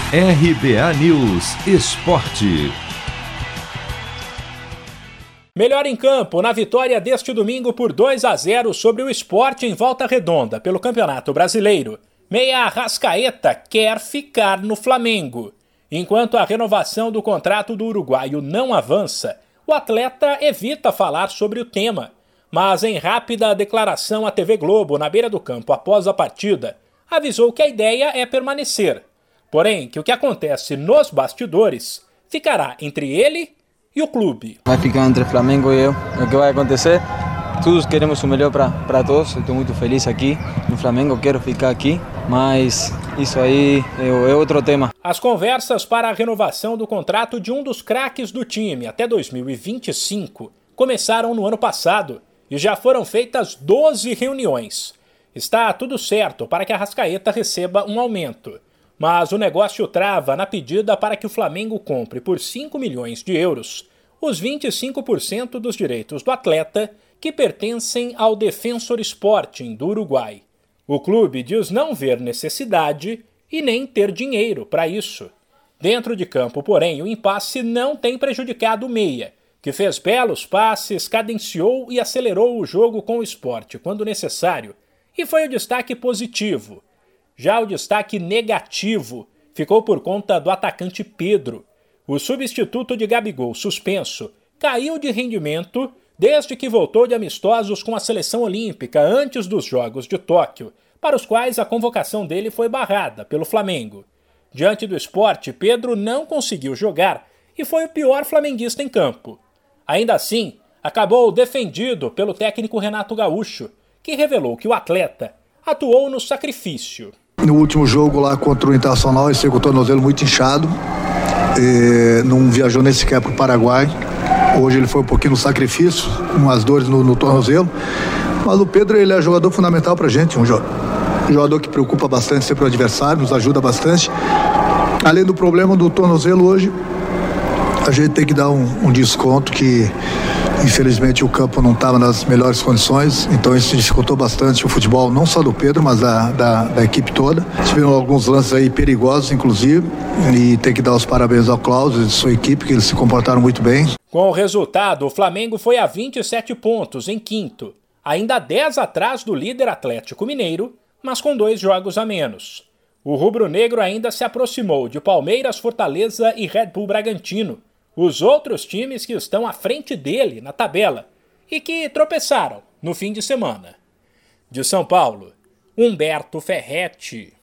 RBA News Esporte. Melhor em campo na vitória deste domingo por 2-0 sobre o Sport em Volta Redonda pelo Campeonato Brasileiro. Meia Arrascaeta quer ficar no Flamengo. Enquanto a renovação do contrato do uruguaio não avança, o atleta evita falar sobre o tema. Mas em rápida declaração à TV Globo na beira do campo após a partida, avisou que a ideia é permanecer. Porém, que o que acontece nos bastidores ficará entre ele e o clube. Vai ficar entre Flamengo e eu. O que vai acontecer? Todos queremos o melhor para todos. Estou muito feliz aqui no Flamengo, quero ficar aqui, mas isso aí é outro tema. As conversas para a renovação do contrato de um dos craques do time até 2025 começaram no ano passado e já foram feitas 12 reuniões. Está tudo certo para que a Arrascaeta receba um aumento. Mas o negócio trava na pedida para que o Flamengo compre por 5 milhões de euros os 25% dos direitos do atleta que pertencem ao Defensor Sporting do Uruguai. O clube diz não ver necessidade e nem ter dinheiro para isso. Dentro de campo, porém, o impasse não tem prejudicado o meia, que fez belos passes, cadenciou e acelerou o jogo com o Sport quando necessário, e foi o destaque positivo. Já o destaque negativo ficou por conta do atacante Pedro. O substituto de Gabigol, suspenso, caiu de rendimento desde que voltou de amistosos com a seleção olímpica antes dos Jogos de Tóquio, para os quais a convocação dele foi barrada pelo Flamengo. Diante do Sport, Pedro não conseguiu jogar e foi o pior flamenguista em campo. Ainda assim, acabou defendido pelo técnico Renato Gaúcho, que revelou que o atleta atuou no sacrifício. No último jogo lá contra o Internacional, ele chegou com o tornozelo muito inchado, não viajou nem sequer para o Paraguai. Hoje ele foi um pouquinho no sacrifício, com as dores no tornozelo. Mas o Pedro, ele é jogador fundamental para a gente, um jogador que preocupa bastante sempre o adversário, nos ajuda bastante. Além do problema do tornozelo hoje, a gente tem que dar um desconto que infelizmente o campo não estava nas melhores condições, então isso dificultou bastante o futebol, não só do Pedro, mas da equipe toda. Tiveram alguns lances aí perigosos, inclusive, e tem que dar os parabéns ao Klaus e sua equipe, que eles se comportaram muito bem. Com o resultado, o Flamengo foi a 27 pontos em quinto, ainda 10 atrás do líder Atlético Mineiro, mas com 2 jogos a menos. O rubro-negro ainda se aproximou de Palmeiras, Fortaleza e Red Bull Bragantino, os outros times que estão à frente dele na tabela e que tropeçaram no fim de semana. De São Paulo, Humberto Ferretti.